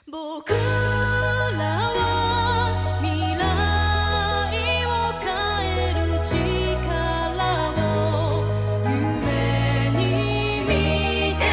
僕らは未来を変える力を夢に見て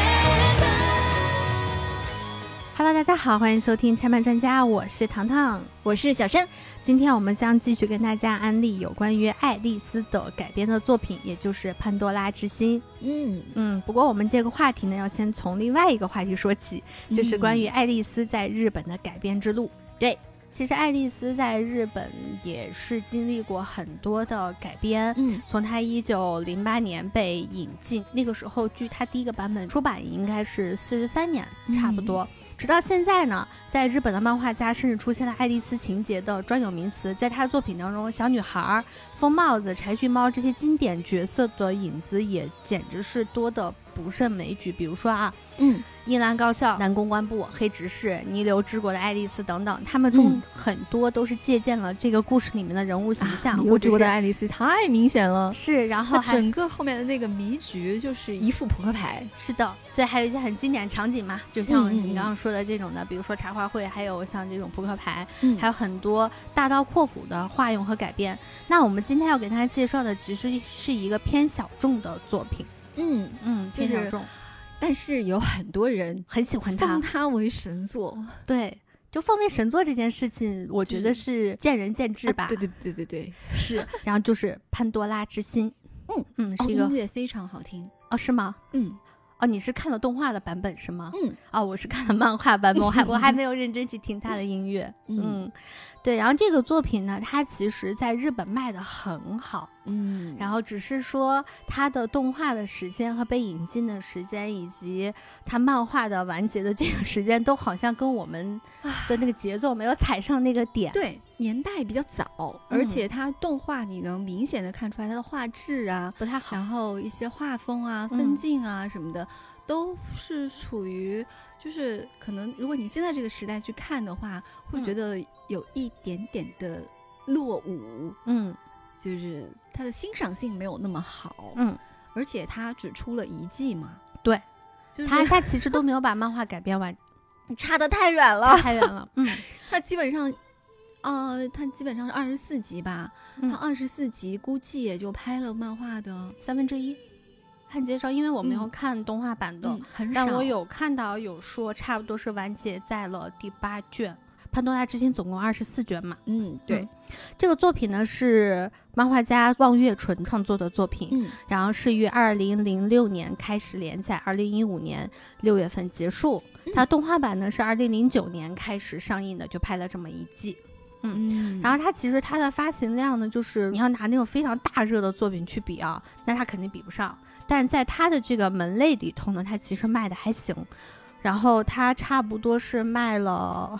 た。 Hello， 大家好，欢迎收听拆漫专家，我是糖糖， 我是小申。 今天我们将继续跟大家安利有关于爱丽丝的改编的作品，也就是《潘多拉之心》。不过我们这个话题呢，要先从另外一个话题说起，就是关于爱丽丝在日本的改编之路。 对， 其实爱丽丝在日本也是经历过很多的改编，从她1908年被引进，那个时候距她第一个版本出版应该是43年差不多。直到现在呢，在日本的漫画家甚至出现了爱丽丝情节的专有名词，在她作品当中，小女孩、疯帽子、柴郡猫这些经典角色的影子也简直是多的不胜枚举。比如说樱兰高校、南宫关部、黑执事、弥留之国的爱丽丝等等，他们中很多都是借鉴了这个故事里面的人物形象。 弥留之国的爱丽丝太明显了， 是，然后整个后面的那个迷局就是一副扑克牌。 是的，所以还有一些很经典场景嘛，就像你刚刚说的这种的，比如说茶话会，还有像这种扑克牌，还有很多大刀阔斧的化用和改编。那我们今天要给大家介绍的其实是一个偏小众的作品，偏小众。 但是有很多人很喜欢它， 封它为神作。 对，就封为神作这件事情，我觉得是见仁见智吧。 对， 是。然后就是《潘多拉之心》，是一个音乐非常好听哦，是吗？你是看了动画的版本是吗？我是看了漫画版本，我还没有认真去听它的音乐。对，然后这个作品呢，它其实在日本卖得很好，然后只是说它的动画的时间和被引进的时间，以及它漫画的完结的这个时间，都好像跟我们的那个节奏没有踩上那个点。 对，年代比较早，而且它动画你能明显的看出来它的画质啊不太好， 然后一些画风啊、分镜啊什么的，都是处于就是可能如果你现在这个时代去看的话，会觉得有一点点的落伍，就是它的欣赏性没有那么好，而且它只出了一季嘛， 对， 就是它其实都没有把漫画改编完， 差得太远了， 太远了， 它基本上。它基本上是24集吧，它24集估计也就拍了漫画的 1/3。看介绍，因为我没有看动画版的， 很少， 但我有看到有说差不多是完结在了第8卷。潘多拉之心总共24卷嘛， 对。 这个作品呢是漫画家望月纯创作的作品，然后是于2006年开始连载，2015年6月份结束。它动画版呢是2009年开始上映的，就拍了这么一季。然后它其实它的发行量呢，就是你要拿那种非常大热的作品去比啊，那它肯定比不上。但是在它的这个门类里头呢，它其实卖的还行。然后它差不多是卖了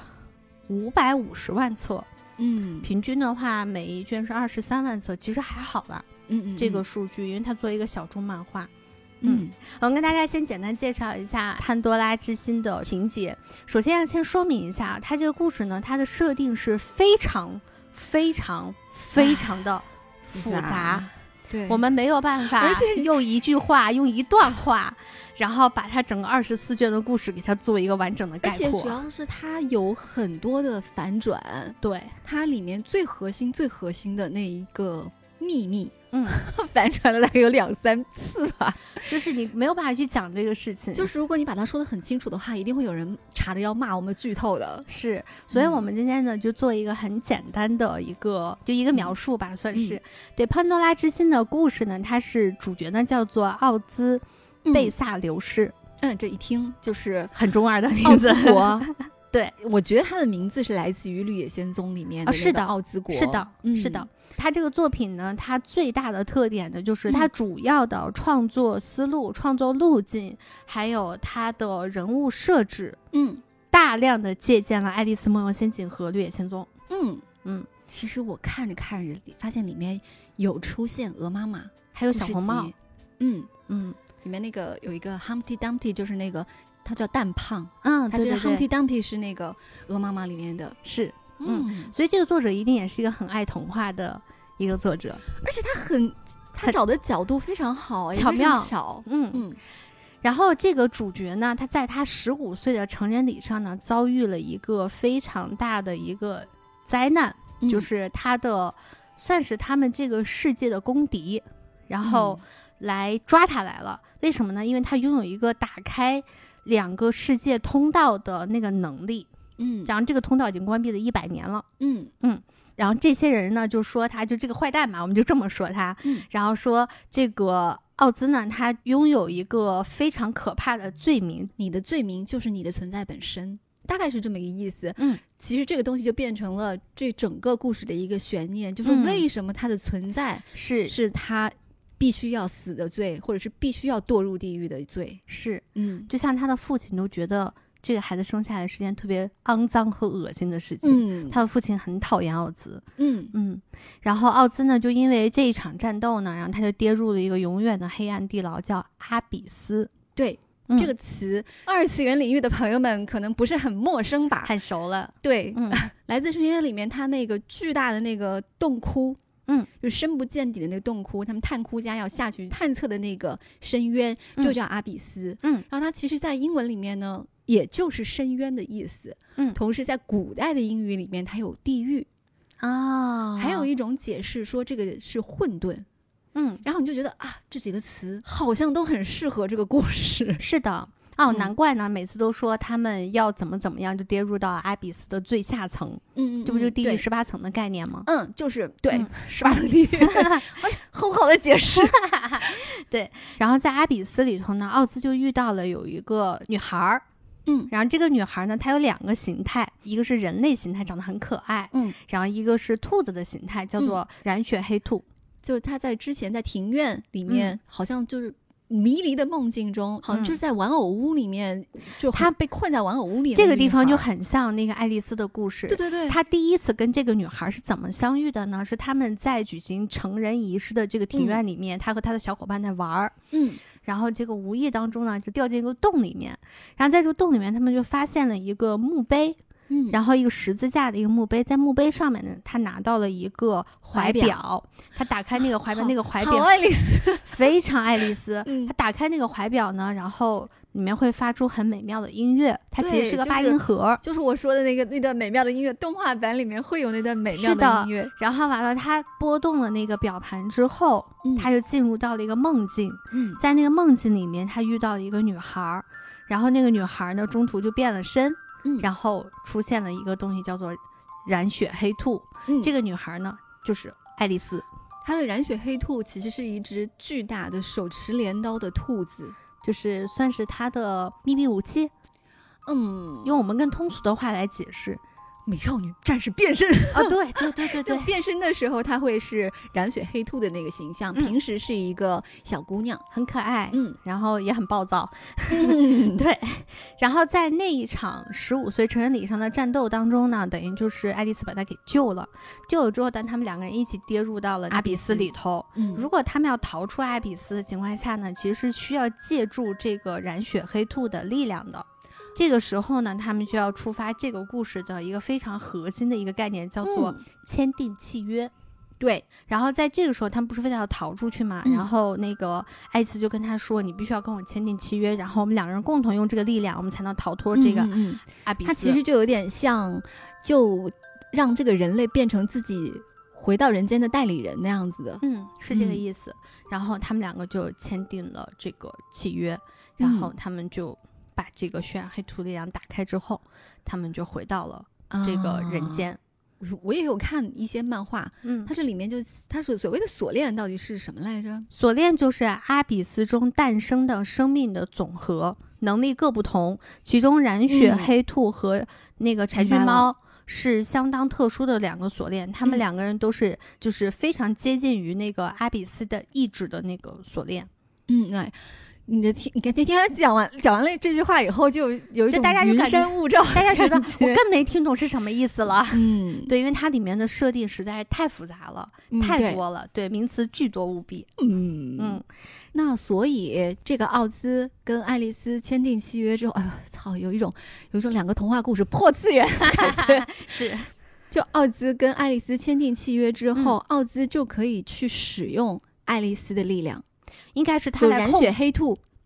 550万册，平均的话每一卷是23万册，其实还好了。这个数据，因为它作为一个小众漫画。我们跟大家先简单介绍一下《潘多拉之心》的情节。首先要先说明一下，它这个故事呢，它的设定是非常非常非常的复杂。 对， 我们没有办法，而且用一句话、用一段话，然后把它整个24卷的故事给它做一个完整的概括。 而且主要是它有很多的反转， 对， 它里面最核心的那一个秘密。反转了大概有2-3次吧， 就是你没有办法去讲这个事情， 就是如果你把它说得很清楚的话，一定会有人查着要骂我们剧透的。 是，所以我们今天呢就做一个很简单的一个描述吧，算是。对，潘多拉之心的故事呢，它是主角呢叫做奥兹贝萨流士， 这一听就是很中二的名字。对， 我觉得他的名字是来自于《绿野仙踪》里面的那个奥兹国。 是的。他这个作品呢，它最大的特点呢，就是它主要的创作思路、创作路径，还有它的人物设置，大量的借鉴了《爱丽丝梦游仙境》和《绿野仙踪》。 其实我看着发现里面有出现鹅妈妈， 还有小红帽。 里面那个有一个 Humpty Dumpty， 就是那个他叫蛋胖，他是 Humpty Dumpty 是那个鹅妈妈里面的， 是。所以这个作者一定也是一个很爱童话的一个作者， 而且他找的角度非常好， 巧妙。 然后这个主角呢，他在他15岁的成人礼上呢，遭遇了一个非常大的一个灾难，就是他的算是他们这个世界的公敌，然后来抓他来了。为什么呢？因为他拥有一个打开2个世界通道的那个能力。然后这个通道已经关闭了100年了。然后这些人呢就说他就这个坏蛋嘛，我们就这么说他。然后说这个奥兹呢，他拥有一个非常可怕的罪名， 你的罪名就是你的存在本身，大概是这么一个意思。其实这个东西就变成了这整个故事的一个悬念，就是为什么他的存在是他必须要死的罪，或者是必须要堕入地狱的罪。 是，就像他的父亲都觉得这个孩子生下来是件特别肮脏和恶心的事情。他的父亲很讨厌奥兹。然后奥兹呢，就因为这一场战斗呢，然后他就跌入了一个永远的黑暗地牢，叫阿比斯。 对。这个词2次元领域的朋友们可能不是很陌生吧， 太熟了。 对。来自深渊里面他那个巨大的那个洞窟，就深不见底的那个洞窟，他们探窟家要下去探测的那个深渊就叫阿比斯。然后它其实在英文里面呢也就是深渊的意思。同时在古代的英语里面它有地狱。还有一种解释说这个是混沌。然后你就觉得啊，这几个词好像都很适合这个故事。 是的。难怪呢，每次都说他们要怎么样就跌入到阿比斯的最下层。这不就地狱18层的概念吗？ 就是对，18层地狱。很好的解释。 对。然后在阿比斯里头呢，奥兹就遇到了有一个女孩。然后这个女孩呢，她有2个形态，一个是人类形态，长得很可爱。然后一个是兔子的形态，叫做染血黑兔。 就是她在之前在庭院里面，好像就是迷离的梦境中，好像就是在玩偶屋里面，就她被困在玩偶屋里。 这个地方就很像那个爱丽丝的故事。 对。 她第一次跟这个女孩是怎么相遇的呢？是他们在举行成人仪式的这个庭院里面，她和她的小伙伴在玩。然后这个无意当中呢，就掉进一个洞里面。然后在这个洞里面，他们就发现了一个墓碑。然后一个十字架的一个墓碑，在墓碑上面呢，他拿到了一个怀表。他打开那个怀表，那个怀表好爱丽丝， 非常爱丽丝。他打开那个怀表呢，然后里面会发出很美妙的音乐，它其实是个8音盒， 就是我说的那段美妙的音乐，动画版里面会有那段美妙的音乐。 然后完了，他拨动了那个表盘之后，他就进入到了一个梦境。在那个梦境里面，他遇到了一个女孩，然后那个女孩呢，中途就变了身。然后出现了一个东西叫做染血黑兔。这个女孩呢就是爱丽丝。 她的染血黑兔其实是一只巨大的手持镰刀的兔子， 就是算是她的秘密武器。用我们更通俗的话来解释， 美少女战士变身。 对。 变身的时候她会是染血黑兔的那个形象，平时是一个小姑娘， 很可爱。然后也很暴躁。对。然后在那一场15岁成人礼上的战斗当中呢，等于就是爱丽丝把她给救了之后，但他们2个人一起跌入到了阿比斯里头。如果他们要逃出阿比斯的情况下呢，其实是需要借助这个染血黑兔的力量的。这个时候呢，他们就要触发这个故事的一个非常核心的一个概念，叫做签订契约。 对。 然后在这个时候，他们不是非得要逃出去嘛？然后那个爱丽丝就跟他说：“你必须要跟我签订契约，然后我们2个人共同用这个力量，我们才能逃脱这个阿比斯。” 他其实就有点像，就让这个人类变成自己回到人间的代理人那样子的。 是这个意思。然后他们2个就签订了这个契约，然后他们就把这个血染黑兔力量打开之后，他们就回到了这个人间。 我也有看一些漫画，它这里面就它所谓的锁链到底是什么来着？ 锁链就是阿比斯中诞生的生命的总和，能力各不同，其中染血黑兔和那个柴郡猫是相当特殊的2个锁链，他们2个人都是就是非常接近于那个阿比斯的意志的那个锁链。 你听他讲完了这句话以后，就有一种云山雾罩， 大家觉得我更没听懂是什么意思了。对，因为它里面的设定实在是太复杂了，太多了。对，名词巨多无比。 那所以这个奥兹跟爱丽丝签订契约之后，哎呦操，有一种2个童话故事破次元的感觉。 是。 就奥兹跟爱丽丝签订契约之后，奥兹就可以去使用爱丽丝的力量。 应该是他来染血黑兔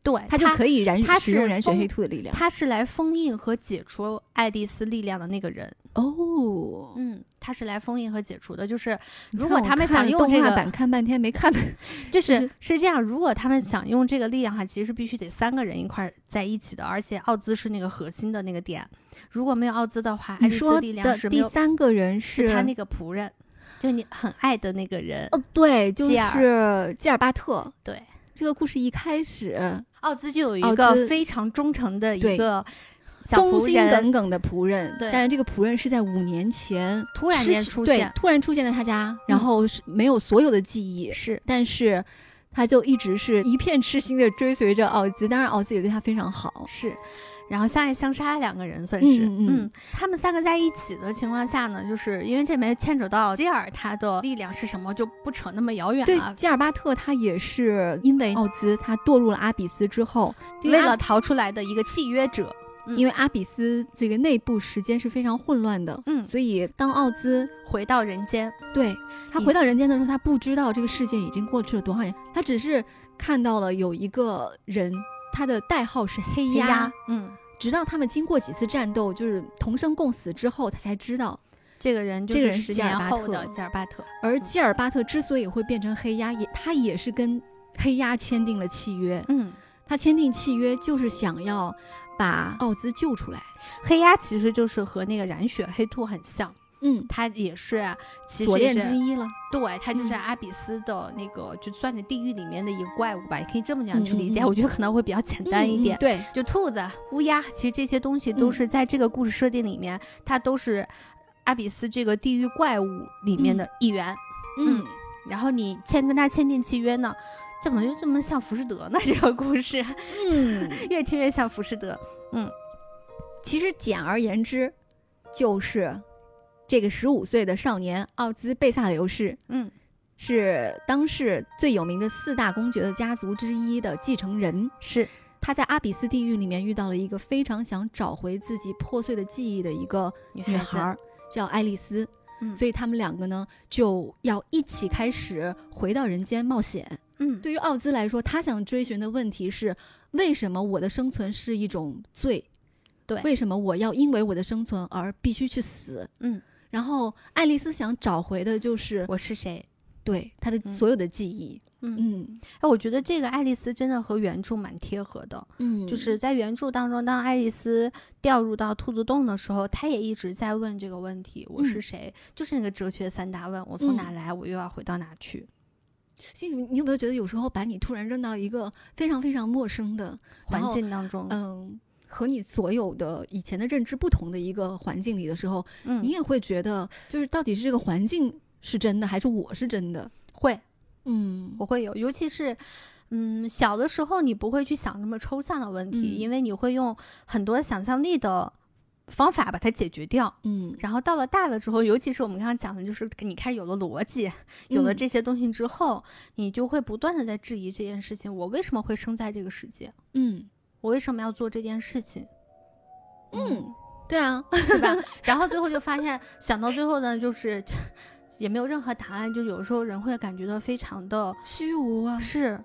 对， 他就可以使用染血封黑兔的力量。 他是来封印和解除爱丽丝力量的那个人。 哦， 他是来封印和解除的。就是如果他们想用这个动画版看半天没看， 是这样，如果他们想用这个力量的话，其实必须得3个人一块在一起的，而且奥兹是那个核心的那个点。如果没有奥兹的话，爱丽丝力量是没有。 第3个人是他那个仆人，就你很爱的那个人。 对，就是基尔巴特。 对， 这个故事一开始， 奥兹就有一个非常忠诚的一个小仆人， 忠心耿耿的仆人。 对， 但是这个仆人是在5年前突然间出现， 突然出现在他家，然后没有所有的记忆，但是他就一直是一片痴心的追随着奥兹。当然奥兹也对他非常好， 然后相爱相杀2个人算是。他们3个在一起的情况下呢，就是因为这没牵扯到基尔他的力量是什么，就不扯那么遥远了。 对，基尔巴特他也是因为奥兹他堕入了阿比斯之后， 为了逃出来的一个契约者。 因为阿比斯这个内部时间是非常混乱的，所以当奥兹回到人间， 对，他回到人间的时候，他不知道这个世界已经过去了多少年，他只是看到了有一个人，他的代号是黑鸦，直到他们经过几次战斗，就是同生共死之后，他才知道这个人就是10年后的基尔巴特。 而基尔巴特之所以会变成黑鸦，他也是跟黑鸦签订了契约。他签订契约就是想要把奥兹救出来。 黑鸦其实就是和那个染血黑兔很像，他也是其实锁链之一了。 对，他就是阿比斯的那个，就算是地狱里面的一个怪物吧，也可以这么样去理解。我觉得可能会比较简单一点。 对， 就兔子、乌鸦，其实这些东西都是在这个故事设定里面，它都是阿比斯这个地狱怪物里面的一员。然后你跟他签订契约呢，怎么就这么像浮士德呢？这个故事，越听越像浮士德。 其实简而言之，就是这个15岁的少年奥兹贝萨留士，是当世最有名的4大公爵的家族之一的继承人。他在阿比斯地狱里面遇到了一个非常想找回自己破碎的记忆的一个女孩，叫爱丽丝。所以他们2个呢就要一起开始回到人间冒险。对于奥兹来说，他想追寻的问题是，为什么我的生存是一种罪？ 对， 为什么我要因为我的生存而必须去死？然后爱丽丝想找回的就是我是谁， 对她的所有的记忆。 我觉得这个爱丽丝真的和原著蛮贴合的。就是在原著当中，当爱丽丝掉入到兔子洞的时候，她也一直在问这个问题，我是谁？就是那个哲学3大问，我从哪来，我又要回到哪去。 你有没有觉得有时候把你突然扔到一个非常非常陌生的环境当中， 和你所有的以前的认知不同的一个环境里的时候，你也会觉得，就是到底是这个环境是真的，还是我是真的？ 会，我会有，尤其是，小的时候你不会去想那么抽象的问题，因为你会用很多想象力的方法把它解决掉。然后到了大了之后，尤其是我们刚刚讲的，就是你看有了逻辑，有了这些东西之后，你就会不断的在质疑这件事情，我为什么会生在这个世界？我为什么要做这件事情？ 对啊， 对吧？然后最后就发现，想到最后呢，就是也没有任何答案，就有时候人会感觉到非常的虚无啊。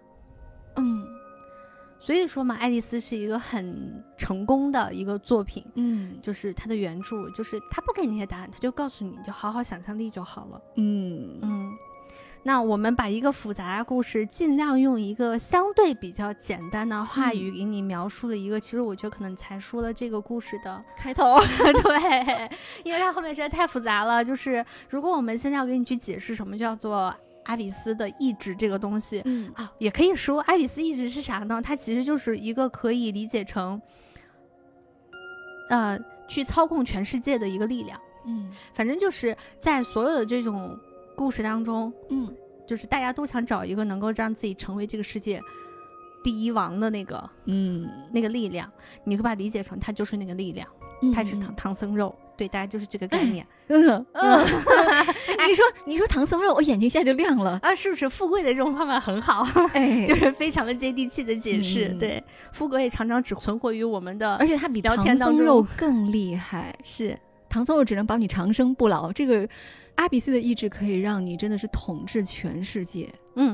所以说嘛，爱丽丝是一个很成功的一个作品。就是它的原著，就是他不给你那些答案，他就告诉你，就好好想象力就好了。那我们把一个复杂的故事尽量用一个相对比较简单的话语给你描述了一个，其实我觉得可能才说了这个故事的开头。 对，因为它后面实在太复杂了。就是如果我们现在要给你去解释什么叫做阿比斯的意志这个东西，也可以说阿比斯意志是啥呢？它其实就是一个可以理解成去操控全世界的一个力量。反正就是在所有的这种故事当中，就是大家都想找一个能够让自己成为这个世界第一王的那个力量，你会把它理解成它就是那个力量，它是唐僧肉。对，大家就是这个概念。 你说唐僧肉，我眼睛一下就亮了啊！是不是富贵的这种方法很好？就是非常的接地气的解释。对，富贵也常常只存活于我们的， 而且它比唐僧肉更厉害。是，唐僧肉只能保你长生不老，这个阿比斯的意志可以让你真的是统治全世界。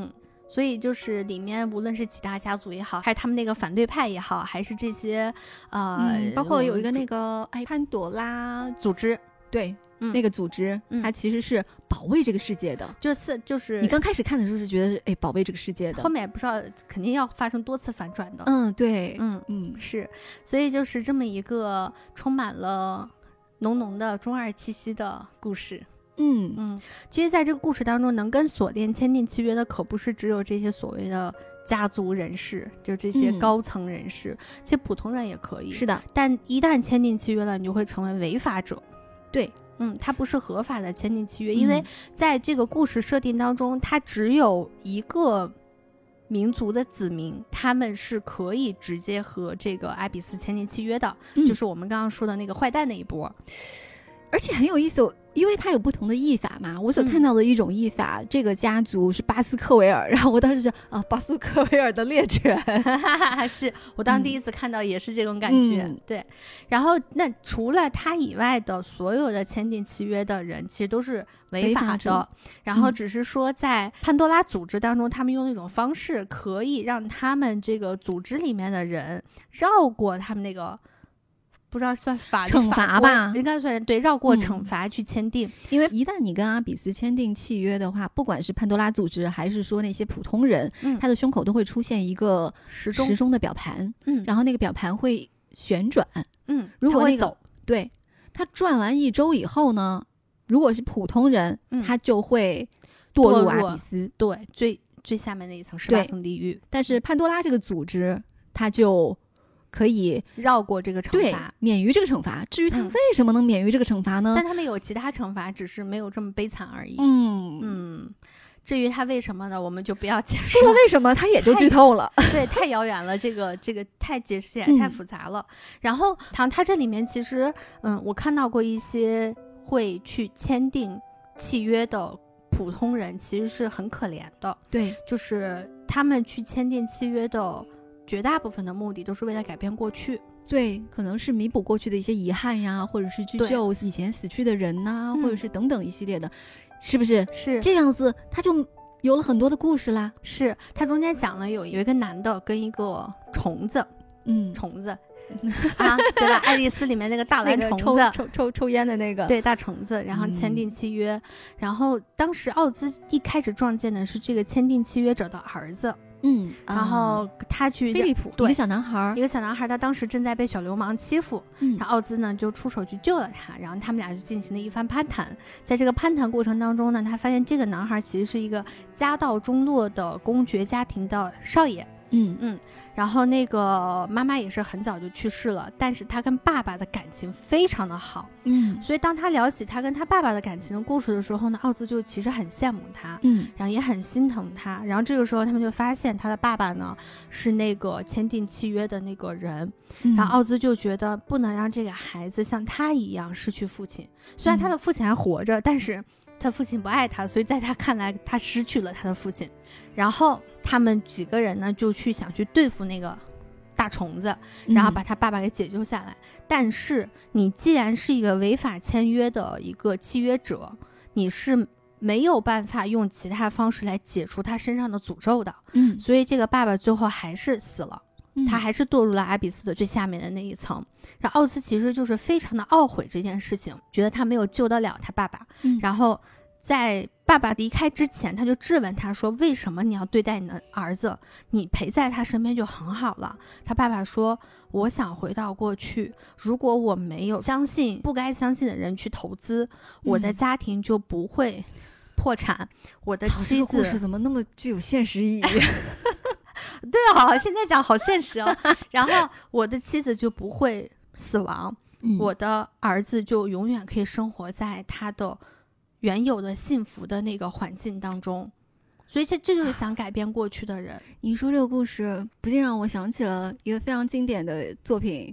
所以就是里面无论是几大家族也好，还是他们那个反对派也好，还是这些包括有一个那个潘朵拉组织， 对，那个组织它其实是保卫这个世界的， 就是你刚开始看的时候是觉得保卫这个世界的， 后面也不知道肯定要发生多次反转的。 对， 是，所以就是这么一个充满了浓浓的中二气息的故事。其实在这个故事当中，能跟锁链签订契约的可不是只有这些所谓的家族人士，就这些高层人士，其实普通人也可以。 是的， 但一旦签订契约了，你就会成为违法者。 对， 它不是合法的签订契约，因为在这个故事设定当中，它只有一个民族的子民，他们是可以直接和这个阿比斯签订契约的，就是我们刚刚说的那个坏蛋那一波。 而且很有意思，因为它有不同的译法嘛。我所看到的一种译法，这个家族是巴斯克维尔，然后我当时就巴斯克维尔的猎犬， 是我当时第一次看到也是这种感觉。对，然后那除了他以外的所有的签订契约的人，其实都是违法的。然后只是说在潘多拉组织当中，他们用那种方式可以让他们这个组织里面的人绕过他们那个。不知道算法律惩罚吧， 应该算对，绕过惩罚去签订。 因为一旦你跟阿比斯签订契约的话，不管是潘多拉组织还是说那些普通人，他的胸口都会出现一个时钟的表盘，然后那个表盘会旋转，如果那个对他转完1周以后呢，如果是普通人，他就会堕入阿比斯， 对，最下面那一层18层地狱。 但是潘多拉这个组织，他就可以绕过这个惩罚， 免于这个惩罚。至于他为什么能免于这个惩罚呢？ 但他们有其他惩罚，只是没有这么悲惨而已。至于他为什么呢，我们就不要解释了。 说了为什么，他也就剧透了。 对，太遥远了，这个太解释起来太复杂了。然后他这里面其实，我看到过一些会去签订契约的普通人，其实是很可怜的。 对， 就是他们去签订契约的。绝大部分的目的都是为了改变过去， 对，可能是弥补过去的一些遗憾呀，或者是去救以前死去的人呐，或者是等等一系列的，是不是？ 是这样子，他就有了很多的故事啦。 是他中间讲了有一个男的跟一个虫子，虫子对吧？爱丽丝里面那个大蓝虫子， 抽烟的那个， 对，大虫子，然后签订契约，然后当时奥兹一开始撞见的是这个签订契约者的儿子。然后他去菲利普，一个小男孩， 他当时正在被小流氓欺负，然后奥兹呢就出手去救了他，然后他们俩就进行了一番攀谈。在这个攀谈过程当中呢，他发现这个男孩其实是一个家道中落的公爵家庭的少爷。然后那个妈妈也是很早就去世了，但是他跟爸爸的感情非常的好。所以当他聊起他跟他爸爸的感情的故事的时候呢，奥兹就其实很羡慕他，然后也很心疼他。然后这个时候他们就发现他的爸爸呢是那个签订契约的那个人，然后奥兹就觉得不能让这个孩子像他一样失去父亲。虽然他的父亲还活着，但是他父亲不爱他，所以在他看来他失去了他的父亲。然后他们几个人呢就想去对付那个大虫子，然后把他爸爸给解救下来。但是你既然是一个违法签约的一个契约者，你是没有办法用其他方式来解除他身上的诅咒的。所以这个爸爸最后还是死了，他还是堕入了阿比斯的最下面的那一层。然后奥兹其实就是非常的懊悔这件事情，觉得他没有救得了他爸爸。然后在爸爸离开之前，他就质问他说，为什么你要对待你的儿子，你陪在他身边就很好了。他爸爸说，我想回到过去，如果我没有相信不该相信的人去投资，我的家庭就不会破产，我的妻子。 这个故事怎么那么具有现实意义？ 对啊，现在讲好现实哦。然后我的妻子就不会死亡，我的儿子就永远可以生活在他的原有的幸福的那个环境当中。所以这就是想改变过去的人。 你说这个故事不禁让我想起了一个非常经典的作品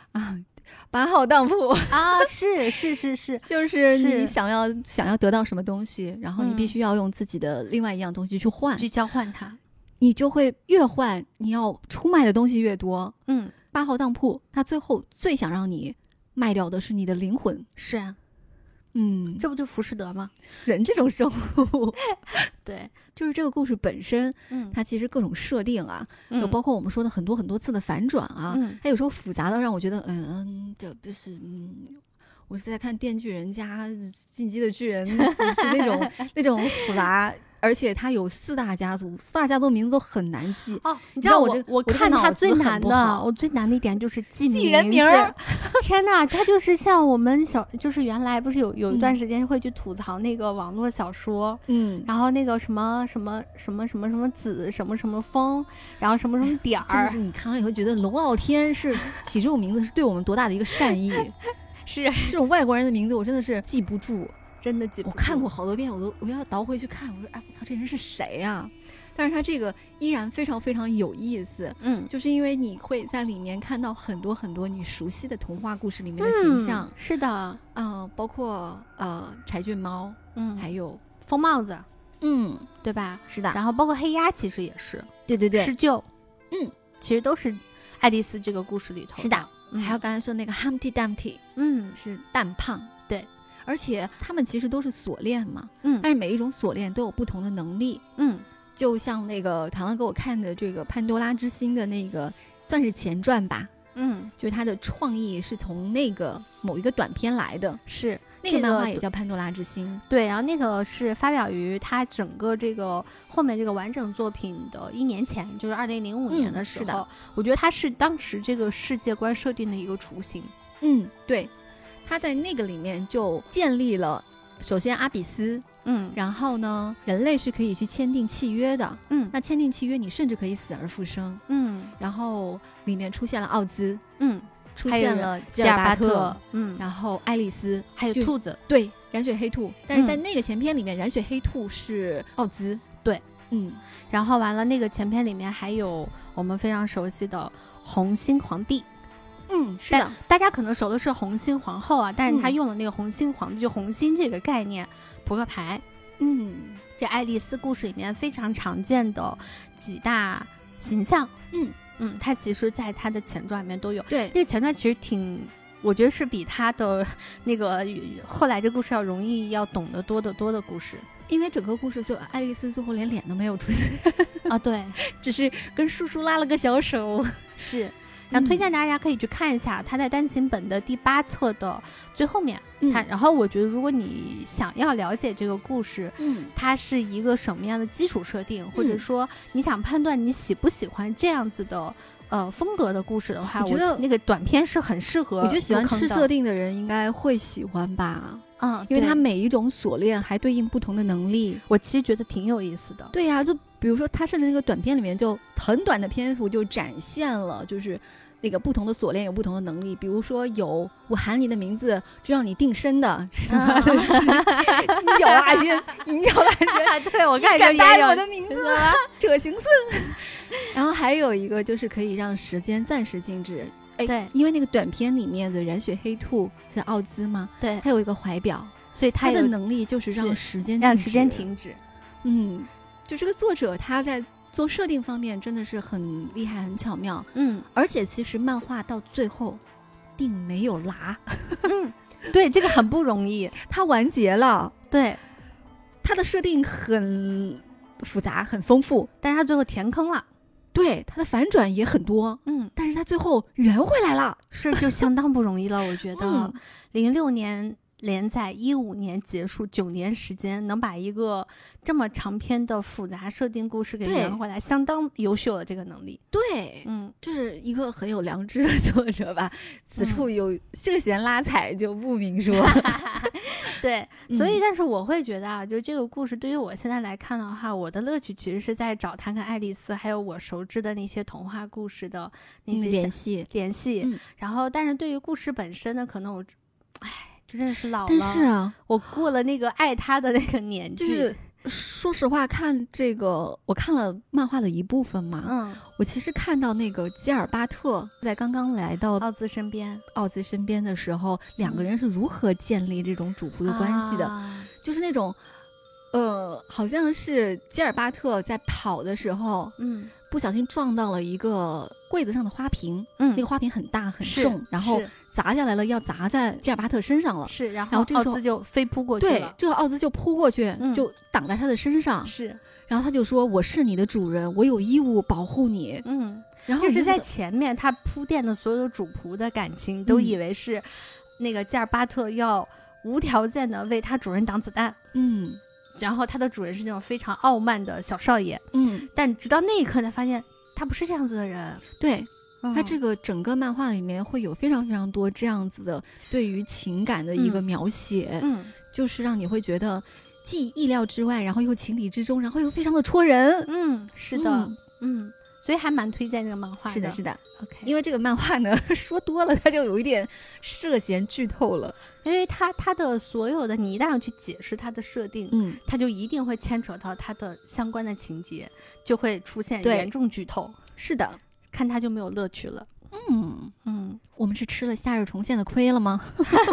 8号当铺啊，是， 就是你想要得到什么东西，然后你必须要用自己的另外一样东西去换， 去交换它， 你就会越换，你要出卖的东西越多。8号当铺他最后最想让你卖掉的是你的灵魂。 是啊， 这不就浮士德吗？ 人这种生物， 对， 就是这个故事本身，它其实各种设定啊，有包括我们说的很多次的反转啊，它有时候复杂的让我觉得，这不是，我是在看《电锯人》加《进击的巨人》就是那种复杂。而且他有4大家族，4大家族名字都很难记哦。你知道我看他最难的，我最难的一点就是记人名儿。 天哪，他就是像我们就是原来不是有一段时间会去吐槽那个网络小说，然后那个什么子什么风，然后什么点儿， 真的是你看完以后觉得龙傲天是起这种名字是对我们多大的一个善意。 是这种外国人的名字我真的是记不住。 真的记不住， 我看过好多遍，我要倒回去看。我说，哎，我操，这人是谁呀？但是他这个依然非常非常有意思，就是因为你会在里面看到很多很多你熟悉的童话故事里面的形象。 是的， 包括柴郡猫，还有疯帽子，对吧？ 是的。 然后包括黑鸭，其实也是， 对， 施救，其实都是爱丽丝这个故事里头。 是的，还有刚才说那个 Humpty Dumpty，是蛋胖， 对。 而且他们其实都是锁链嘛，但是每一种锁链都有不同的能力，就像那个糖糖给我看的这个潘多拉之心的那个算是前传吧，就是他的创意是从那个某一个短片来的， 是那个漫画也叫潘多拉之心， 对，然后那个是发表于他整个这个后面这个完整作品的1年前，就是2005年的时候， 是的， 我觉得他是当时这个世界观设定的一个雏形， 对。他在那个里面就建立了，首先阿比斯，然后呢，人类是可以去签订契约的，那签订契约，你甚至可以死而复生，然后里面出现了奥兹，出现了吉尔巴特，然后爱丽丝， 还有兔子， 对，染血黑兔，但是在那个前篇里面，染血黑兔是奥兹， 对，然后完了那个前篇里面还有我们非常熟悉的红心皇帝。 是的， 大家可能熟的是红心皇后啊，但是他用了那个红心皇帝，就红心这个概念，扑克牌，这爱丽丝故事里面非常常见的几大形象，它其实在它的前传里面都有， 对， 那个前传其实我觉得是比他的那个后来这故事要容易要懂得多的故事， 因为整个故事爱丽丝最后连脸都没有出现啊，对， 只是跟叔叔拉了个小手， 是。然后推荐大家可以去看一下，他在单行本的第8册的最后面，然后我觉得如果你想要了解这个故事，它是一个什么样的基础设定，或者说你想判断你喜不喜欢这样子的风格的故事的话，我觉得那个短片是很适合。 我觉得喜欢吃设定的人应该会喜欢吧，因为它每一种锁链还对应不同的能力， 我其实觉得挺有意思的。 对呀，就比如说他甚至那个短片里面就很短的篇幅就展现了，就是那个不同的锁链有不同的能力，比如说有我喊你的名字就让你定身的，什么的是金角大仙、银角大仙， 对，我看你敢答应我的名字了，扯行僧。然后还有一个就是可以让时间暂时静止， 对， 因为那个短片里面的染血黑兔是奥兹嘛， 对， 它有一个怀表， 所以它的能力就是让时间停止。 就这个作者他在做设定方面真的是很厉害很巧妙，而且其实漫画到最后并没有拉， 对，这个很不容易， 它完结了， 对， 它的设定很复杂很丰富， 但是它最后填坑了， 对，它的反转也很多，但是它最后圆回来了， 是就相当不容易了，我觉得06年连载15年结束，9年时间能把一个这么长篇的复杂设定故事给圆回来，相当优秀了这个能力。 对，就是一个很有良知的作者吧。此处有涉嫌拉踩就不明说。 对，所以但是我会觉得啊，就这个故事对于我现在来看的话，我的乐趣其实是在找他跟爱丽丝还有我熟知的那些童话故事的那些联系。然后但是对于故事本身呢，可能我真的是老了， 但是啊， 我过了那个爱他的那个年纪。 就是说实话，看这个我看了漫画的一部分嘛，我其实看到那个吉尔巴特在刚刚来到奥兹身边的时候，两个人是如何建立这种主仆的关系的，就是那种好像是吉尔巴特在跑的时候， 不小心撞到了一个柜子上的花瓶， 嗯， 那个花瓶很大很重，然后砸下来了，要砸在吉尔巴特身上了。 是，然后这个时候奥兹就飞扑过去了。 对，这个奥兹就扑过去，就挡在他的身上。 是， 然后他就说：“我是你的主人，我有义务保护你。”然后就是在前面他铺垫的所有主仆的感情，都以为是那个吉尔巴特要无条件的为他主人挡子弹。然后他的主人是那种非常傲慢的小少爷。但直到那一刻才发现他不是这样子的人。 对。他这个整个漫画里面会有非常非常多这样子的对于情感的一个描写，就是让你会觉得既意料之外，然后又情理之中，然后又非常的戳人。 是的，所以还蛮推荐这个漫画的。 是的，是的。 OK， 因为这个漫画呢，说多了它就有一点涉嫌剧透了， 因为它的所有的你一旦要去解释它的设定，它就一定会牵扯到它的相关的情节，就会出现严重剧透。 是的。 看它就没有乐趣了。 我们是吃了夏日重现的亏了吗？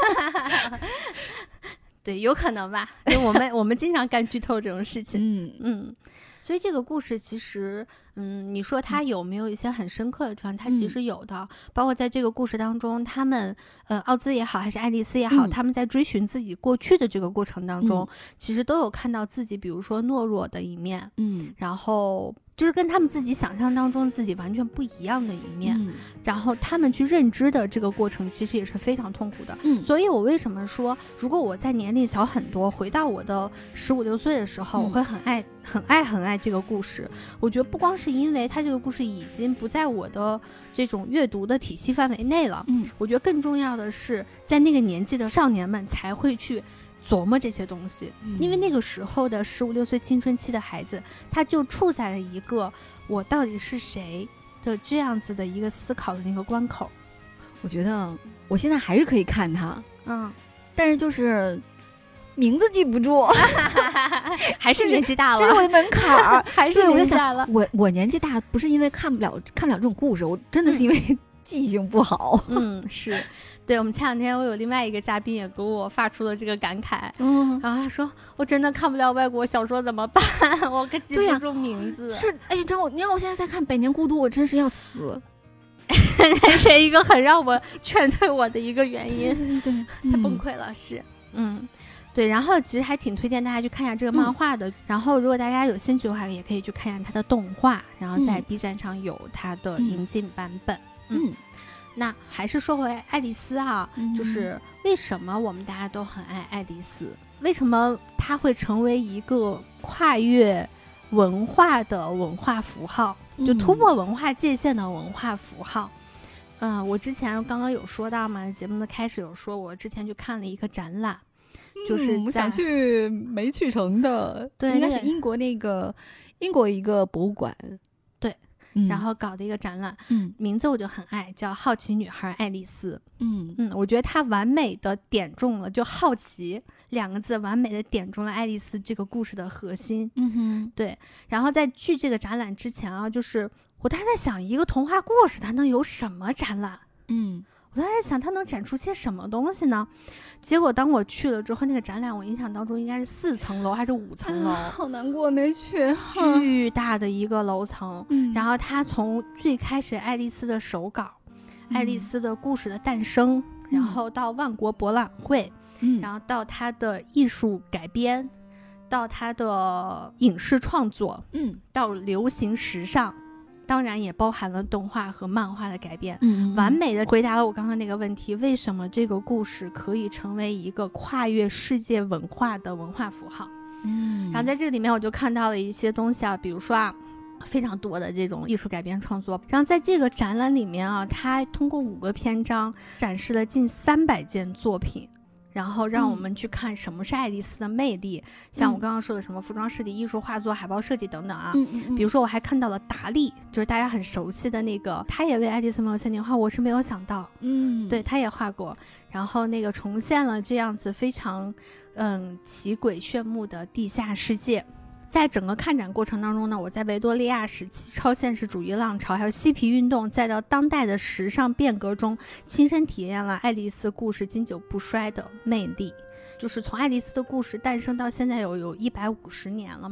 对，有可能吧。因为我们经常干剧透这种事情。所以这个故事其实，你说它有没有一些很深刻的地方？它其实有的，包括在这个故事当中，他们奥兹也好，还是爱丽丝也好，他们在追寻自己过去的这个过程当中，其实都有看到自己，比如说懦弱的一面，然后就是跟他们自己想象当中自己完全不一样的一面，然后他们去认知的这个过程其实也是非常痛苦的。所以我为什么说，如果我在年龄小很多，回到我的15、16岁的时候，我会很爱这个故事。我觉得不光是因为它这个故事已经不在我的这种阅读的体系范围内了，我觉得更重要的是在那个年纪的少年们才会去琢磨这些东西，因为那个时候的15、16岁青春期的孩子，他就处在了一个我到底是谁的这样子的一个思考的那个关口。 我觉得我现在还是可以看他，但是就是名字记不住， 还是年纪大了， 这是我的门槛儿， 还是年纪大了。 我年纪大不是因为看不了这种故事，我真的是因为记性不好。 是。对，我们前两天我有另外一个嘉宾也给我发出了这个感慨，然后他说我真的看不了外国小说怎么办？我可记不住名字。 是，哎，你让我现在再看《百年孤独》，我真是要死。 这是一个很让我劝退我的一个原因。 对， 太崩溃了。是，对，然后其实还挺推荐大家去看一下这个漫画的，然后如果大家有兴趣的话，也可以去看一下它的动画，然后在 B 站上有它的引进版本。那还是说回爱丽丝啊，就是为什么我们大家都很爱爱丽丝？为什么她会成为一个跨越文化的文化符号，就突破文化界限的文化符号？我之前刚刚有说到嘛，节目的开始有说，我之前去看了一个展览，就是我想去没去成的， 对， 应该是英国一个博物馆。 然后搞的一个展览，名字我就很爱，叫《好奇女孩爱丽丝》。我觉得它完美的点中了，就好奇2个字，完美的点中了爱丽丝这个故事的核心。对。然后在去这个展览之前啊，就是我当时在想，一个童话故事它能有什么展览？我当时在想，它能展出些什么东西呢？结果当我去了之后，那个展览我印象当中应该是4层楼还是5层楼， 好难过没去。 巨大的一个楼层，然后它从最开始爱丽丝的手稿，爱丽丝的故事的诞生，然后到万国博览会，然后到它的艺术改编，到它的影视创作，到流行时尚。当然也包含了动画和漫画的改编，完美的回答了我刚刚那个问题，为什么这个故事可以成为一个跨越世界文化的文化符号。然后在这里面我就看到了一些东西啊，比如说非常多的这种艺术改编创作。然后在这个展览里面啊，它通过5个篇章展示了近300件作品，然后让我们去看什么是爱丽丝的魅力，像我刚刚说的什么服装设计、艺术画作、海报设计等等啊。比如说我还看到了达利，就是大家很熟悉的那个，他也为爱丽丝梦游仙境画，我是没有想到，对，他也画过，然后那个重现了这样子非常奇诡炫目的地下世界。在整个看展过程当中呢，我在维多利亚时期、超现实主义浪潮，还有嬉皮运动，再到当代的时尚变革中，亲身体验了爱丽丝故事经久不衰的魅力。就是从爱丽丝的故事诞生到现在有150年了嘛，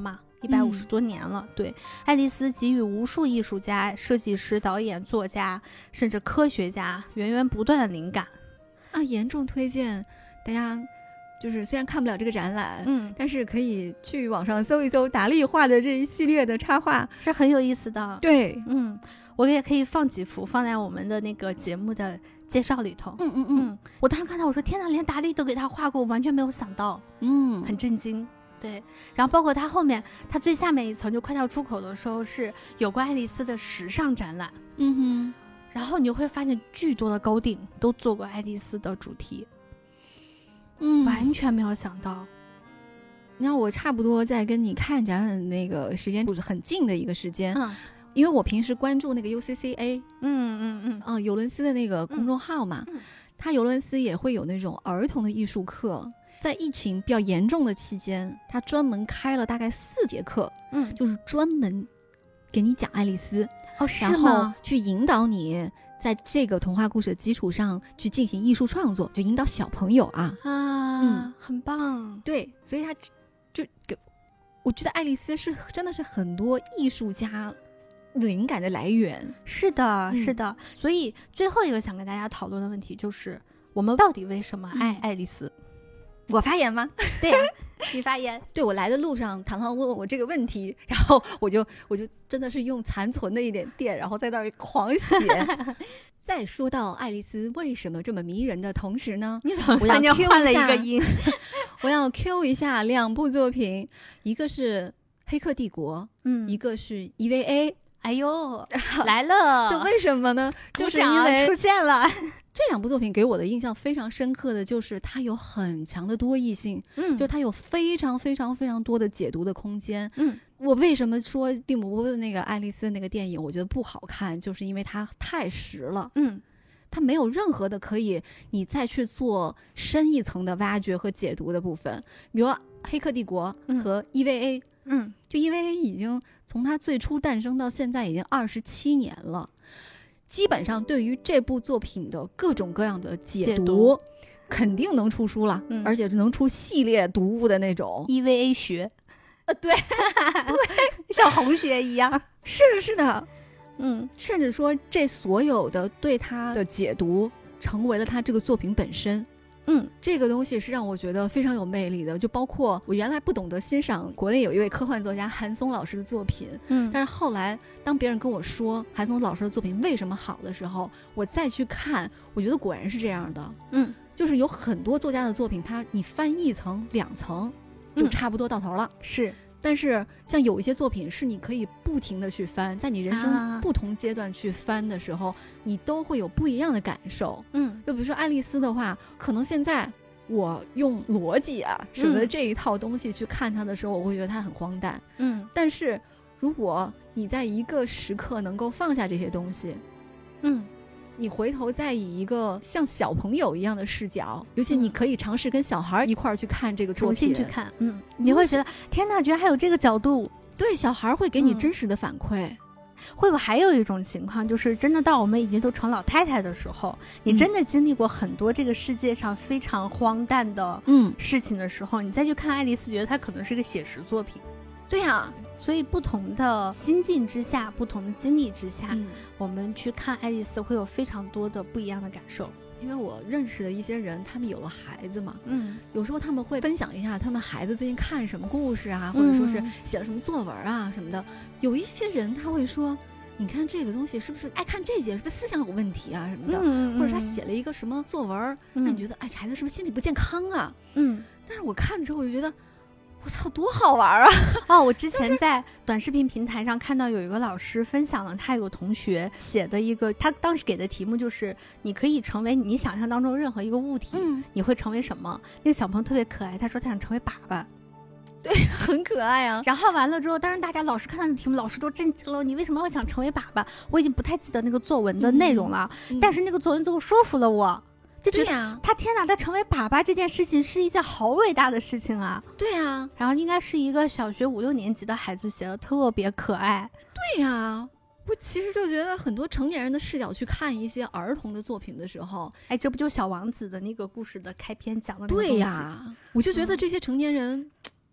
150多年了。对，爱丽丝给予无数艺术家、设计师、导演、作家，甚至科学家源源不断的灵感啊！严重推荐大家，就是虽然看不了这个展览，但是可以去网上搜一搜达利画的这一系列的插画， 是很有意思的。 对， 我也可以放几幅放在我们的那个节目的介绍里头。我当时看到我说天哪，连达利都给他画过，我完全没有想到，很震惊。对，然后包括他后面他最下面一层就快到出口的时候是有关爱丽丝的时尚展览，然后你就会发现巨多的高定都做过爱丽丝的主题，完全没有想到。 那我差不多在跟你看展览的那个时间很近的一个时间，因为我平时关注那个 UCCA， 尤伦斯的那个公众号嘛，他尤伦斯也会有那种儿童的艺术课，在疫情比较严重的期间，他专门开了大概4节课，就是专门给你讲爱丽丝，然后去引导你在这个童话故事的基础上去进行艺术创作，就引导小朋友很棒。 对，所以他就我觉得爱丽丝是真的是很多艺术家灵感的来源。 是的，是的。所以最后一个想跟大家讨论的问题就是，我们到底为什么爱爱丽丝？ 我发言吗？ 对呀，你发言。 对，我来的路上，糖糖问我这个问题，然后我就真的是用残存的一点电，然后在那儿狂写。再说到爱丽丝为什么这么迷人的同时呢， 你怎么突然间换了一个音？ 我要 Q 一下2部作品，一个是《黑客帝国》，一个是 EVA。 哎呦，来了！ 就为什么呢？就是因为出现了这2部作品给我的印象非常深刻的就是它有很强的多义性，就它有非常非常非常多的解读的空间。我为什么说蒂姆·波的那个爱丽丝那个电影我觉得不好看，就是因为它太实了。它没有任何的可以你再去做深一层的挖掘和解读的部分。比如《黑客帝国》和 EVA，就 EVA 已经从它最初诞生到现在已经27年了，基本上对于这部作品的各种各样的解读肯定能出书了，而且是能出系列读物的那种 EVA 学。 对对，像红学一样。 是的，是的。甚至说这所有的对它的解读成为了它这个作品本身。这个东西是让我觉得非常有魅力的，就包括我原来不懂得欣赏国内有一位科幻作家韩松老师的作品，但是后来当别人跟我说韩松老师的作品为什么好的时候，我再去看，我觉得果然是这样的。就是有很多作家的作品，你翻1层2层就差不多到头了。 是。 但是像有一些作品是你可以不停的去翻，在你人生不同阶段去翻的时候，你都会有不一样的感受。就比如说爱丽丝的话，可能现在我用逻辑啊什么的这一套东西去看它的时候，我会觉得它很荒诞。但是如果你在一个时刻能够放下这些东西，你回头再以一个像小朋友一样的视角，尤其你可以尝试跟小孩一块儿去看这个作品， 重新去看，你会觉得天哪，居然还有这个角度。 对，小孩会给你真实的反馈。 会不会还有一种情况，就是真的到我们已经都成老太太的时候，你真的经历过很多这个世界上非常荒诞的事情的时候，你再去看爱丽丝，觉得它可能是个写实作品。 对呀， 所以不同的心境之下，不同的经历之下，我们去看爱丽丝会有非常多的不一样的感受。 因为我认识的一些人，他们有了孩子嘛，有时候他们会分享一下他们孩子最近看什么故事啊，或者说是写了什么作文啊什么的。有一些人他会说，你看这个东西是不是爱看这节，是不是思想有问题啊什么的，或者他写了一个什么作文，那你觉得哎，孩子是不是心理不健康啊？但是我看的时候我就觉得，我操，多好玩啊！ 我之前在短视频平台上看到有一个老师分享了他有个同学写的一个，他当时给的题目就是你可以成为你想象当中任何一个物体，你会成为什么？那个小朋友特别可爱，他说他想成为粑粑。 对，很可爱啊。 然后完了之后，当然大家老师看到这个题目，老师都震惊了。你为什么会想成为粑粑？我已经不太记得那个作文的内容了，但是那个作文最后说服了我。就觉得他天哪，他成为粑粑这件事情是一件好伟大的事情啊！ 对啊， 然后应该是一个小学5、6年级的孩子写的，特别可爱。 对呀，我其实就觉得很多成年人的视角去看一些儿童的作品的时候， 哎，这不就小王子的那个故事的开篇讲的那个东西？ 对呀，我就觉得这些成年人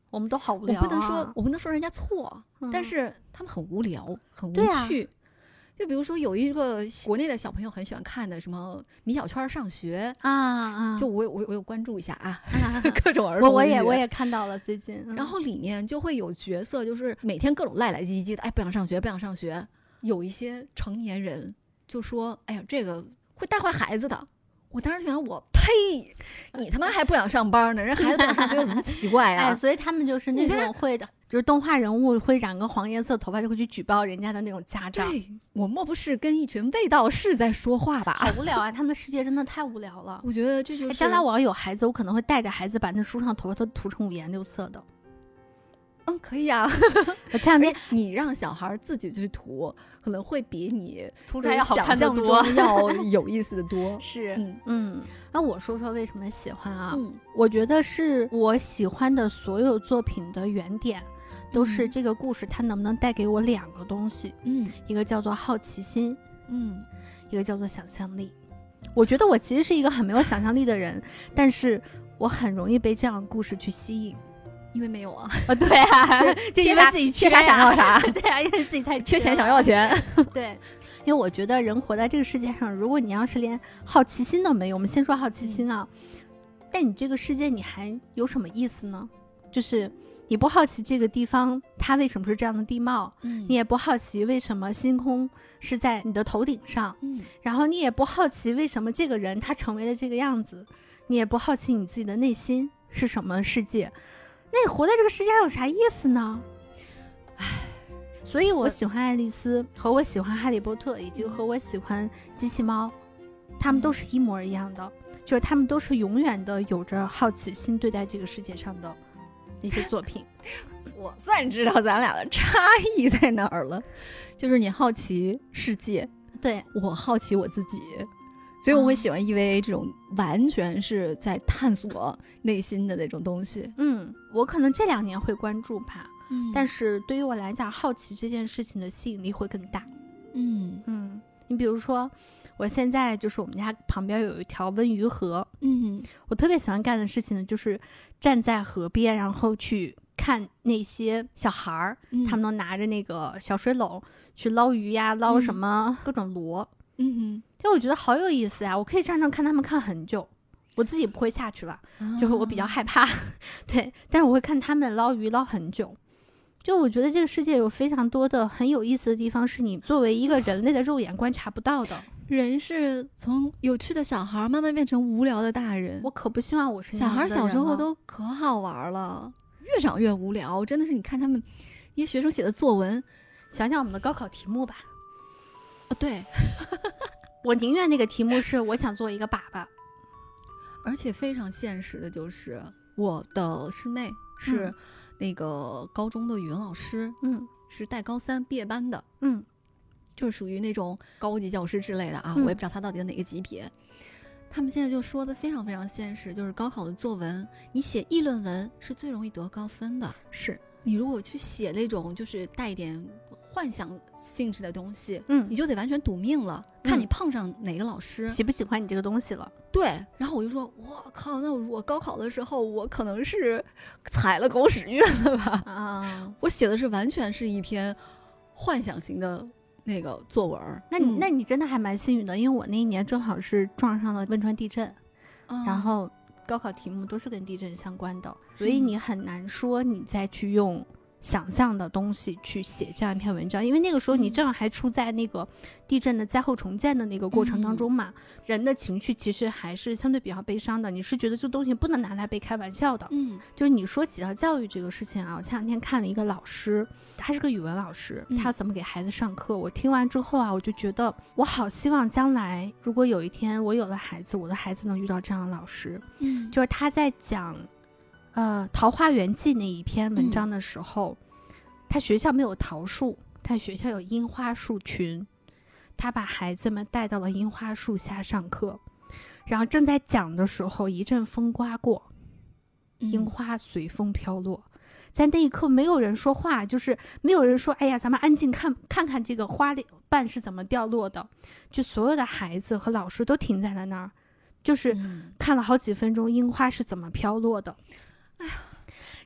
我们都好无聊、啊。 我不能说人家错，但是他们很无聊，很无趣。就比如说有一个国内的小朋友很喜欢看的什么米小圈上学就我有关注一下啊，各种儿童我也看到了最近。 然后里面就会有角色，就是每天各种赖赖唧唧的，哎，不想上学，不想上学。有一些成年人就说，哎呀，这个会带坏孩子的。我当时想，我呸！你他妈还不想上班呢，人孩子不想上学有什么奇怪啊？ 哎，所以他们就是那种会的，就是动画人物会染个黄颜色头发，就会去举报人家的那种家长。 对，我莫不是跟一群卫道士在说话吧？ 好无聊啊！他们的世界真的太无聊了。 我觉得这就是将来我要有孩子，我可能会带着孩子把那书上头发都涂成五颜六色的。 可以啊。 我前两天你让小孩自己去涂，可能会比你涂出来好想看得象多， 中要有意思的多。 是，那我说说为什么喜欢啊？ 我觉得是我喜欢的所有作品的原点，都是这个故事它能不能带给我两个东西。一个叫做好奇心，一个叫做想象力。我觉得我其实是一个很没有想象力的人，但是我很容易被这样的故事去吸引。 因为没有啊， 对啊，就因为自己缺啥想要啥， 对啊，因为自己太缺钱想要钱， 对，因为我觉得人活在这个世界上，如果你要是连好奇心都没有，我们先说好奇心啊，但你这个世界你还有什么意思呢？就是你不好奇这个地方它为什么是这样的地貌，你也不好奇为什么星空是在你的头顶上，然后你也不好奇为什么这个人他成为了这个样子，你也不好奇你自己的内心是什么世界。那你活在这个世界上有啥意思呢？所以我喜欢爱丽丝，和我喜欢哈利波特，以及和我喜欢机器猫，他们都是一模一样的，就是他们都是永远的有着好奇心对待这个世界上的那些作品。 我算知道咱俩的差异在哪儿了，就是你好奇世界， 对， 我好奇我自己。所以我会喜欢 EVA 这种完全是在探索内心的那种东西。 我可能这2年会关注吧，但是对于我来讲，好奇这件事情的吸引力会更大。你比如说，我现在就是我们家旁边有一条温榆河，我特别喜欢干的事情呢，就是站在河边，然后去看那些小孩儿，他们都拿着那个小水篓去捞鱼呀，捞什么各种螺。就我觉得好有意思啊！我可以站上看他们看很久，我自己不会下去了，就是我比较害怕，对，但是我会看他们捞鱼捞很久。就我觉得这个世界有非常多的很有意思的地方，是你作为一个人类的肉眼观察不到的。 人是从有趣的小孩慢慢变成无聊的大人， 我可不希望我是那小孩样子的人小时候了都可好玩了，越长越无聊。真的是你看他们一些学生写的作文， 想想我们的高考题目吧。 对。 我宁愿那个题目是我想做一个粑粑， 而且非常现实的就是我的师妹是那个高中的语文老师，是带高3毕业班的，就是属于那种高级教师之类的啊，我也不知道他到底的哪个级别。他们现在就说的非常非常现实，就是高考的作文，你写议论文是最容易得高分的。 是你如果去写那种就是带一点幻想性质的东西，你就得完全赌命了，看你碰上哪个老师喜不喜欢你这个东西了。 对，然后我就说，我靠，那我高考的时候，我可能是踩了狗屎运了吧？我写的是完全是一篇幻想型的那个作文。 那你真的还蛮幸运的，因为我那一年正好是撞上了汶川地震，然后高考题目都是跟地震相关的，所以你很难说你再去用想象的东西去写这样一篇文章，因为那个时候你正好还处在那个地震的灾后重建的那个过程当中嘛，人的情绪其实还是相对比较悲伤的，你是觉得这东西不能拿来被开玩笑的。就是你说起到教育这个事情啊，我前2天看了一个老师，他是个语文老师，他怎么给孩子上课，我听完之后啊，我就觉得我好希望将来如果有一天我有了孩子，我的孩子能遇到这样的老师。就是他在讲桃花源记那一篇文章的时候，他学校没有桃树，他学校有樱花树群，他把孩子们带到了樱花树下上课，然后正在讲的时候，一阵风刮过，樱花随风飘落。在那一刻没有人说话，就是没有人说哎呀咱们安静看看这个花瓣是怎么掉落的，就所有的孩子和老师都停在了那儿，就是看了好几分钟樱花是怎么飘落的。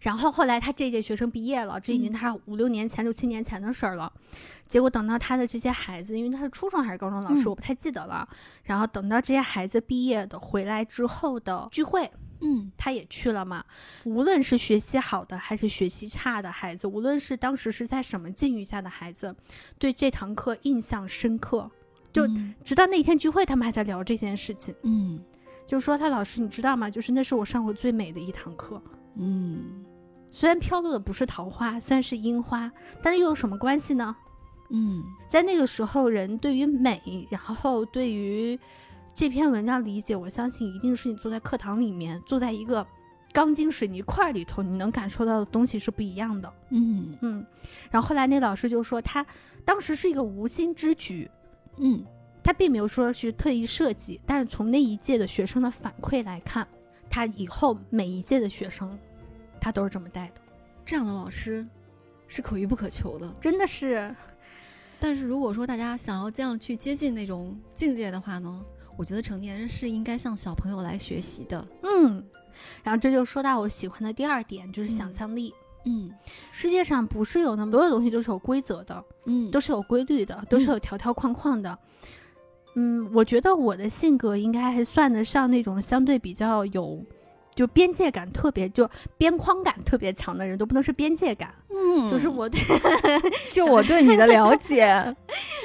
然后后来他这一届学生毕业了，这已经他5、6年前、6、7年前的事儿了。结果等到他的这些孩子，因为他是初中还是高中老师，我不太记得了。然后等到这些孩子毕业的回来之后的聚会，他也去了嘛。无论是学习好的还是学习差的孩子，无论是当时是在什么境遇下的孩子，对这堂课印象深刻。就直到那天聚会，他们还在聊这件事情。就说他老师，你知道吗？就是那是我上过最美的一堂课。虽然飘落的不是桃花，虽然是樱花，但又有什么关系呢？在那个时候，人对于美，然后对于这篇文章理解，我相信一定是你坐在课堂里面，坐在一个钢筋水泥块里头，你能感受到的东西是不一样的。然后后来那老师就说，他当时是一个无心之举，他并没有说是特意设计，但是从那一届的学生的反馈来看，他以后每一届的学生，他都是这么带的。 这样的老师是可遇不可求的， 真的是。 但是如果说大家想要这样去接近那种境界的话呢，我觉得成年人是应该向小朋友来学习的。 然后这就说到我喜欢的第2点，就是想象力。世界上不是有那么多的东西都是有规则的，都是有规律的，都是有条条框框的。我觉得我的性格应该还算得上那种相对比较有就边界感特别，就边框感特别强的人，都不能是边界感。就是我对就我对你的了解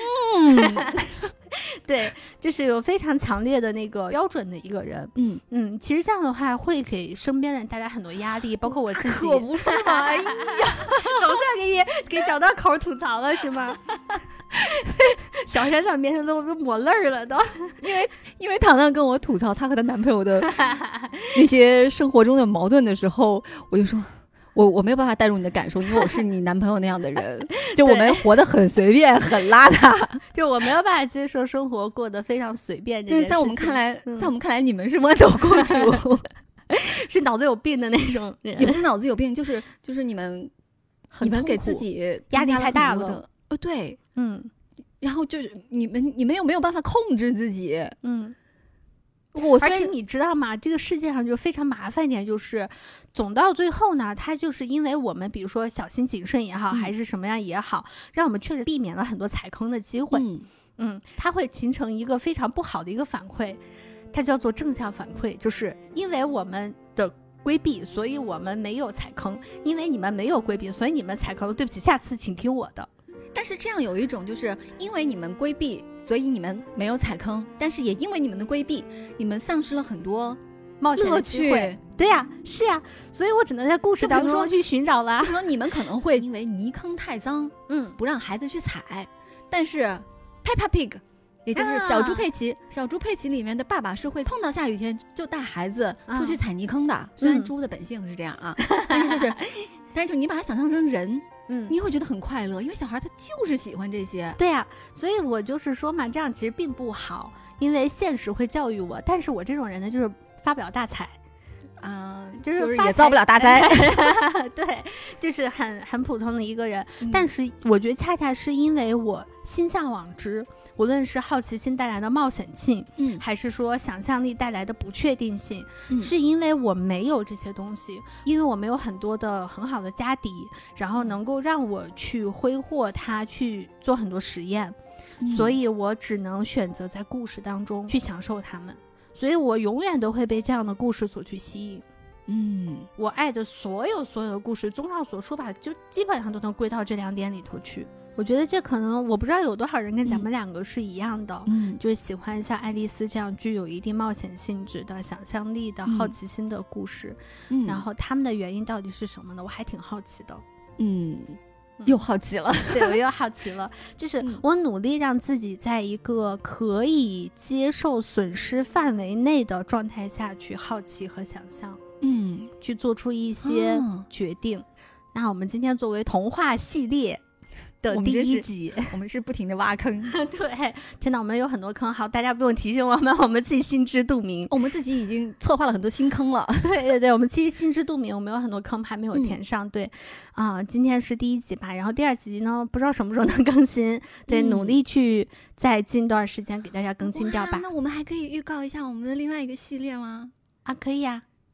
对，就是有非常强烈的那个标准的一个人。其实这样的话会给身边人带来很多压力，包括我自己。 可不是吗？哎呀， 总算给找到口吐槽了是吗？小山在面前都抹泪了都。 因为糖糖跟我吐槽她和她男朋友的那些生活中的矛盾的时候，我就说我没有办法带入你的感受，因为我是你男朋友那样的人，就我们活得很随便很邋遢， 就我没有办法接受生活过得非常随便这件事情。 在我们看来你们是豌豆公主是脑子有病的那种人。 也不是脑子有病，就是你们给自己压力太大了。 对，然后就是你们又没有办法控制自己。 而且你知道吗？这个世界上就非常麻烦一点，就是总到最后呢，它就是因为我们比如说小心谨慎也好，还是什么样也好，让我们确实避免了很多踩坑的机会。它会形成一个非常不好的一个反馈，它叫做正向反馈，就是因为我们的规避，所以我们没有踩坑；因为你们没有规避，所以你们踩坑了。对不起，下次请听我的。 但是这样有一种就是因为你们规避，所以你们没有踩坑，但是也因为你们的规避，你们丧失了很多冒险的机会。对呀，是呀，所以我只能在故事当中去寻找啦。 就说你们可能会因为泥坑太脏，不让孩子去踩，但是 Peppa Pig， 也就是小猪佩奇，小猪佩奇里面的爸爸是会碰到下雨天就带孩子出去踩泥坑的。虽然猪的本性是这样啊，但是你把它想象成人。你会觉得很快乐，因为小孩他就是喜欢这些。 对呀，所以我就是说嘛，这样其实并不好，因为现实会教育我。但是我这种人呢，就是发不了大财，就是也造不了大灾。 对，就是很普通的一个人。但是我觉得恰恰是因为我心向往之，无论是好奇心带来的冒险性，还是说想象力带来的不确定性，是因为我没有这些东西，因为我没有很多的很好的家底，然后能够让我去挥霍它，去做很多实验，所以我只能选择在故事当中去享受它们，所以我永远都会被这样的故事所去吸引。我爱的所有的故事，综上所述吧，就基本上都能归到这2点里头去。我觉得这可能我不知道有多少人跟咱们2个是一样的，就是喜欢像爱丽丝这样具有一定冒险性质的想象力的好奇心的故事，然后他们的原因到底是什么呢？我还挺好奇的。 又好奇了。 对，我又好奇了，就是我努力让自己在一个可以接受损失范围内的状态下去好奇和想象，去做出一些决定。那我们今天作为童话系列的第1集， 我们是不停的挖坑。 对，真的我们有很多坑，好，大家不用提醒我们自己心知肚明。 我们自己已经策划了很多新坑了。 对，我们其实心知肚明，我们有很多坑还没有填上。对，今天是第1集吧，然后第2集呢，不知道什么时候能更新。对，努力去在近段时间给大家更新掉吧。 那我们还可以预告一下我们的另外一个系列吗？ 可以呀。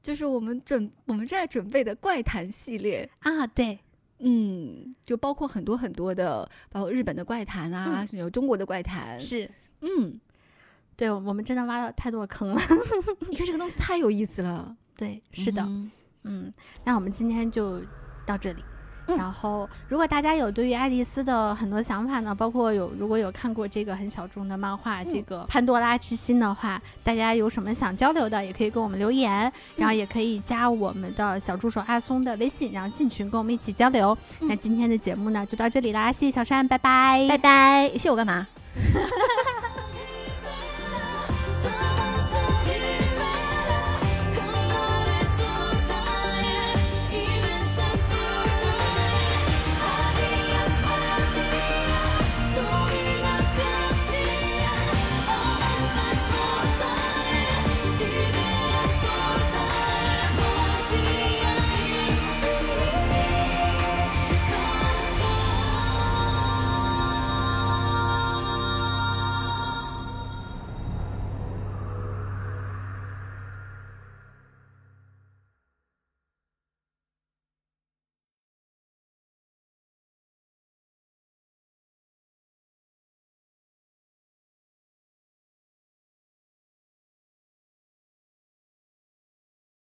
就是我们正在准备的怪谈系列啊，对， 就包括很多很多的，包括日本的怪谈啊，有中国的怪谈， 是，对，我们真的挖了太多坑了， 你看这个东西太有意思了。 对，是的，那我们今天就到这里。然后如果大家有对于爱丽丝的很多想法呢，包括如果有看过这个很小众的漫画这个潘多拉之心的话，大家有什么想交流的也可以跟我们留言，然后也可以加我们的小助手阿松的微信，然后进群跟我们一起交流。那今天的节目呢就到这里啦，谢谢小山，拜拜。 拜拜，谢我干嘛？